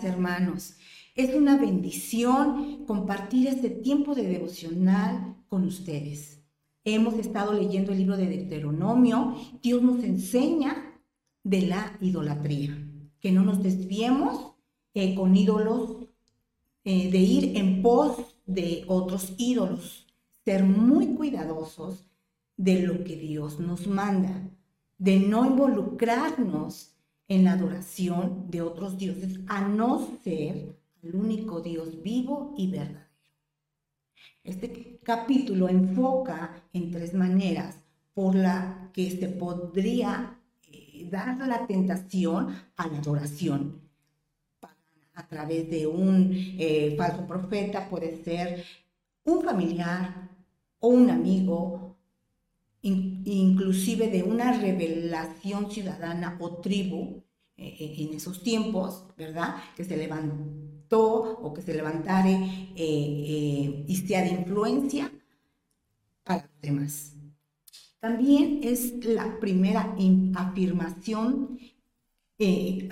días, hermanos. Es una bendición compartir este tiempo de devocional con ustedes. Hemos estado leyendo el libro de Deuteronomio. Dios nos enseña de la idolatría, que no nos desviemos con ídolos, de ir en pos de otros ídolos, ser muy cuidadosos de lo que Dios nos manda, de no involucrarnos en la adoración de otros dioses, a no ser el único Dios vivo y verdadero. Este capítulo enfoca en 3 maneras por la que se podría dar la tentación a la adoración a través de un falso profeta. Puede ser un familiar o un amigo, inclusive de una revelación ciudadana o tribu en esos tiempos, ¿verdad? Que se levantó o que se levantare y sea de influencia para los demás. También es la primera afirmación que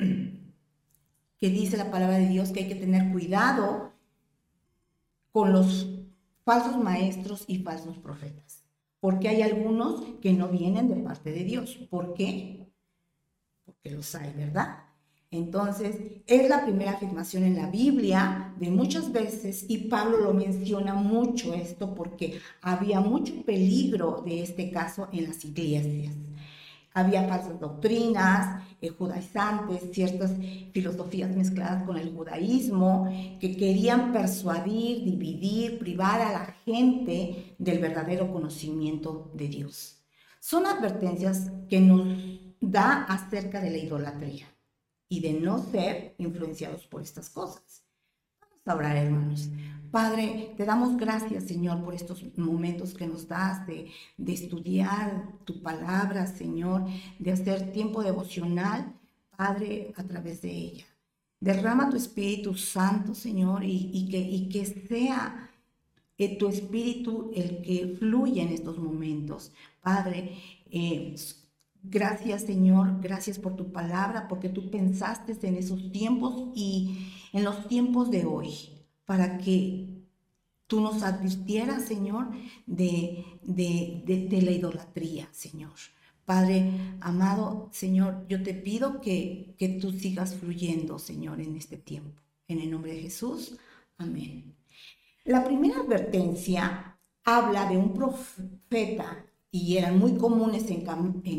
dice la palabra de Dios, que hay que tener cuidado con los falsos maestros y falsos profetas, porque hay algunos que no vienen de parte de Dios. ¿Por qué? Porque los hay, ¿verdad? Entonces, es la primera afirmación en la Biblia de muchas veces, y Pablo lo menciona mucho esto porque había mucho peligro de este caso en las iglesias. Había falsas doctrinas, judaizantes, ciertas filosofías mezcladas con el judaísmo que querían persuadir, dividir, privar a la gente del verdadero conocimiento de Dios. Son advertencias que nos da acerca de la idolatría y de no ser influenciados por estas cosas. Vamos a orar, hermanos. Padre, te damos gracias, Señor, por estos momentos que nos das de estudiar tu palabra, Señor, de hacer tiempo devocional, Padre, a través de ella. Derrama tu Espíritu Santo, Señor, y que sea tu Espíritu el que fluya en estos momentos. Padre, gracias, Señor, gracias por tu palabra, porque tú pensaste en esos tiempos y en los tiempos de hoy, para que tú nos advirtieras, Señor, de la idolatría, Señor. Padre amado, Señor, yo te pido que tú sigas fluyendo, Señor, en este tiempo. En el nombre de Jesús, amén. La primera advertencia habla de un profeta, y eran muy comunes en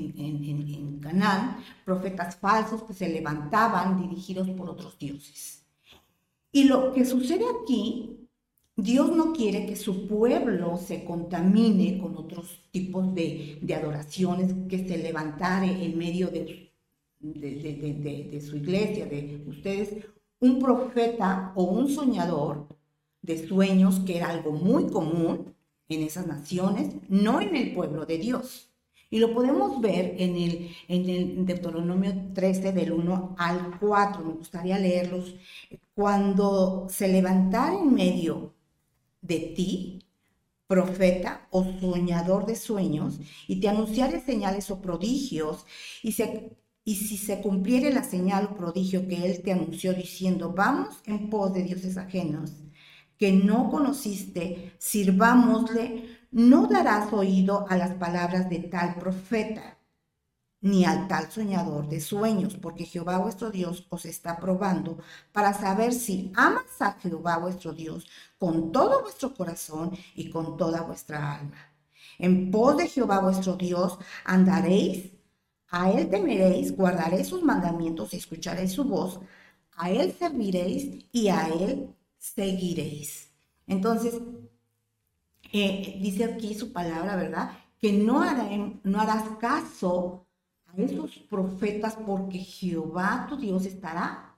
Canaán, profetas falsos que se levantaban dirigidos por otros dioses. Y lo que sucede aquí, Dios no quiere que su pueblo se contamine con otros tipos de adoraciones que se levantare en medio de su iglesia, de ustedes, un profeta o un soñador de sueños, que era algo muy común en esas naciones, no en el pueblo de Dios. Y lo podemos ver en el Deuteronomio 13, del 1 al 4. Me gustaría leerlos. Cuando se levantara en medio de ti, profeta o soñador de sueños, y te anunciare señales o prodigios, y si se cumpliere la señal o prodigio que él te anunció, diciendo, vamos en pos de dioses ajenos que no conociste, sirvámosle, no darás oído a las palabras de tal profeta, ni al tal soñador de sueños, porque Jehová vuestro Dios os está probando para saber si amas a Jehová vuestro Dios con todo vuestro corazón y con toda vuestra alma. En pos de Jehová vuestro Dios andaréis, a él temeréis, guardaréis sus mandamientos y escucharéis su voz, a él serviréis y a él seguiréis. Entonces, dice aquí su palabra, ¿verdad? Que no harás caso a esos profetas, porque Jehová tu Dios estará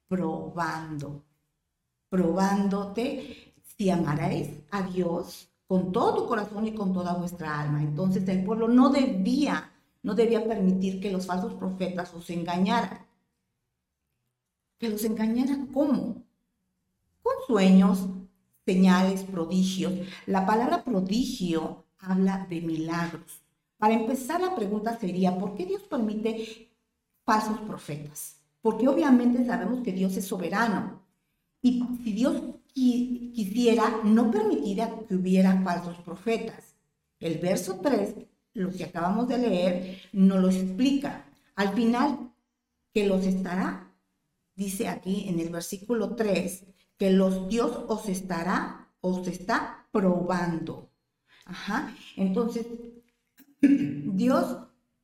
probándote si amaréis a Dios con todo tu corazón y con toda vuestra alma. Entonces el pueblo no debía permitir que los falsos profetas os engañaran. ¿Que los engañaran cómo? Con sueños, señales, prodigios. La palabra prodigio habla de milagros. Para empezar, la pregunta sería, ¿por qué Dios permite falsos profetas? porque obviamente sabemos que Dios es soberano. Y si Dios quisiera, no permitiría que hubiera falsos profetas. El verso 3, lo que acabamos de leer, nos lo explica. Al final, que los estará, dice aquí en el versículo 3, que Dios os está probando. Ajá. Entonces, Dios,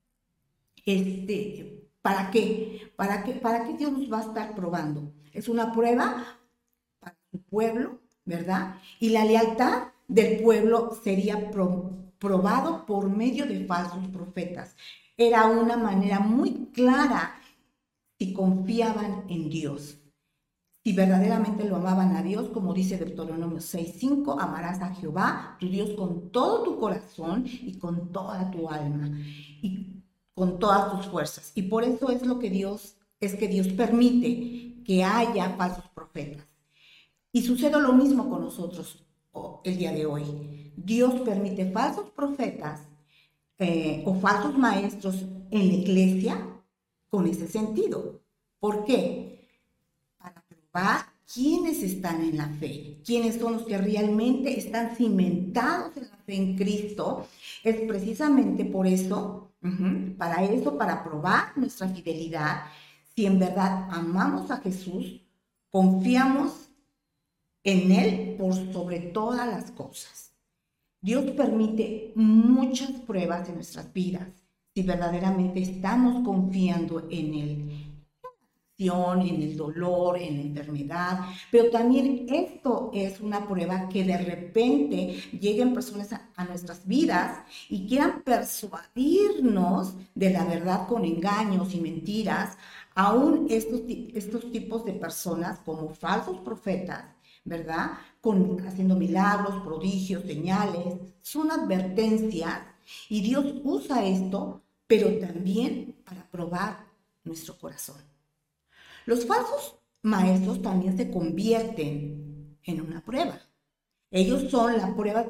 ¿para qué? ¿Para qué Dios nos va a estar probando? Es una prueba para su pueblo, ¿verdad? Y la lealtad del pueblo sería probado por medio de falsos profetas. Era una manera muy clara si confiaban en Dios. Si verdaderamente lo amaban a Dios, como dice Deuteronomio 6:5, amarás a Jehová, tu Dios, con todo tu corazón y con toda tu alma y con todas tus fuerzas. Y por eso es que Dios permite que haya falsos profetas. Y sucede lo mismo con nosotros el día de hoy. Dios permite falsos profetas o falsos maestros en la iglesia con ese sentido. ¿Por qué? Para probar quiénes están en la fe, quiénes son los que realmente están cimentados en la fe en Cristo. Es precisamente por eso, para probar nuestra fidelidad, si en verdad amamos a Jesús, confiamos en Él por sobre todas las cosas. Dios permite muchas pruebas en nuestras vidas si verdaderamente estamos confiando en Él, en el dolor, en la enfermedad, pero también esto es una prueba que de repente lleguen personas a nuestras vidas y quieran persuadirnos de la verdad con engaños y mentiras. Aún estos tipos de personas como falsos profetas, ¿verdad? Haciendo milagros, prodigios, señales, son advertencias y Dios usa esto, pero también para probar nuestro corazón. Los falsos maestros también se convierten en una prueba. Ellos son la prueba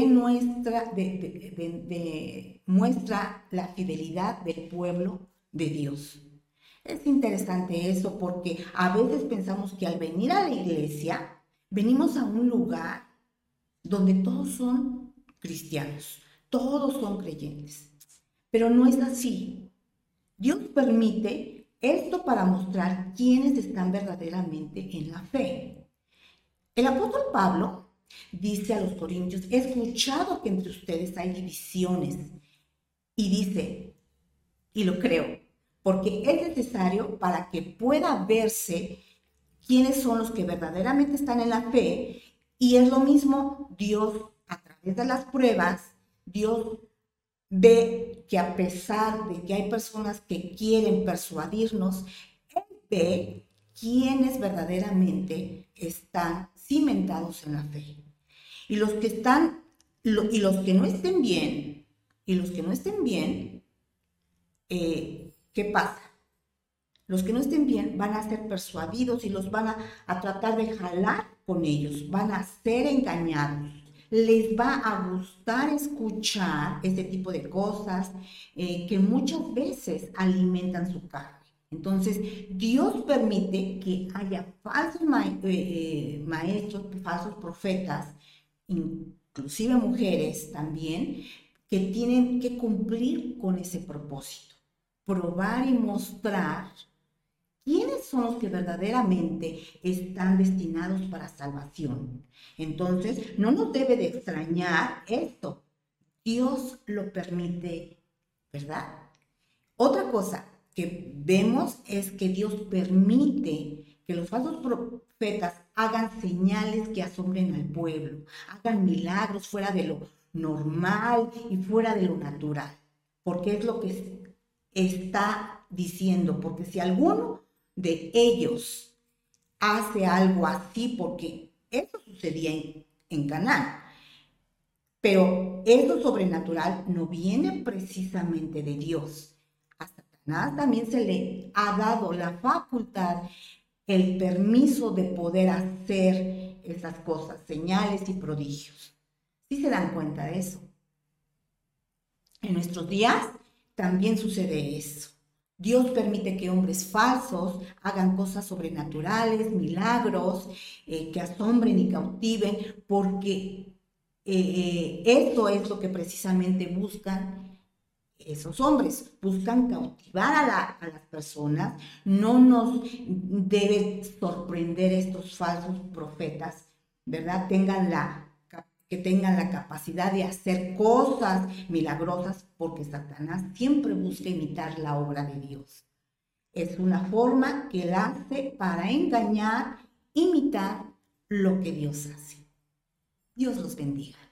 muestra la fidelidad del pueblo de Dios. Es interesante eso porque a veces pensamos que al venir a la iglesia, venimos a un lugar donde todos son cristianos, todos son creyentes, pero no es así. Dios permite esto para mostrar quiénes están verdaderamente en la fe. El apóstol Pablo dice a los corintios: he escuchado que entre ustedes hay divisiones, y dice, y lo creo, porque es necesario para que pueda verse quiénes son los que verdaderamente están en la fe. Y es lo mismo, Dios, a través de las pruebas, Dios ve que a pesar de que hay personas que quieren persuadirnos, Él ve quiénes verdaderamente están cimentados en la fe. Y los que no estén bien, ¿qué pasa? Los que no estén bien van a ser persuadidos y los van a tratar de jalar con ellos, van a ser engañados. Les va a gustar escuchar ese tipo de cosas que muchas veces alimentan su carne. Entonces, Dios permite que haya falsos maestros, falsos profetas, inclusive mujeres también, que tienen que cumplir con ese propósito, probar y mostrar quiénes son los que verdaderamente están destinados para salvación. Entonces, no nos debe de extrañar esto. Dios lo permite, ¿verdad? Otra cosa que vemos es que Dios permite que los falsos profetas hagan señales que asombren al pueblo, hagan milagros fuera de lo normal y fuera de lo natural, porque es lo que está diciendo, porque si alguno de ellos hace algo así, porque eso sucedía en Canaán, pero eso sobrenatural no viene precisamente de Dios. A Satanás también se le ha dado la facultad, el permiso de poder hacer esas cosas, señales y prodigios. ¿Sí se dan cuenta de eso? En nuestros días también sucede eso. Dios permite que hombres falsos hagan cosas sobrenaturales, milagros, que asombren y cautiven, porque esto es lo que precisamente buscan esos hombres. Buscan cautivar a las personas. No nos debe sorprender estos falsos profetas, ¿verdad? Que tengan la capacidad de hacer cosas milagrosas, porque Satanás siempre busca imitar la obra de Dios. Es una forma que él hace para engañar, imitar lo que Dios hace. Dios los bendiga.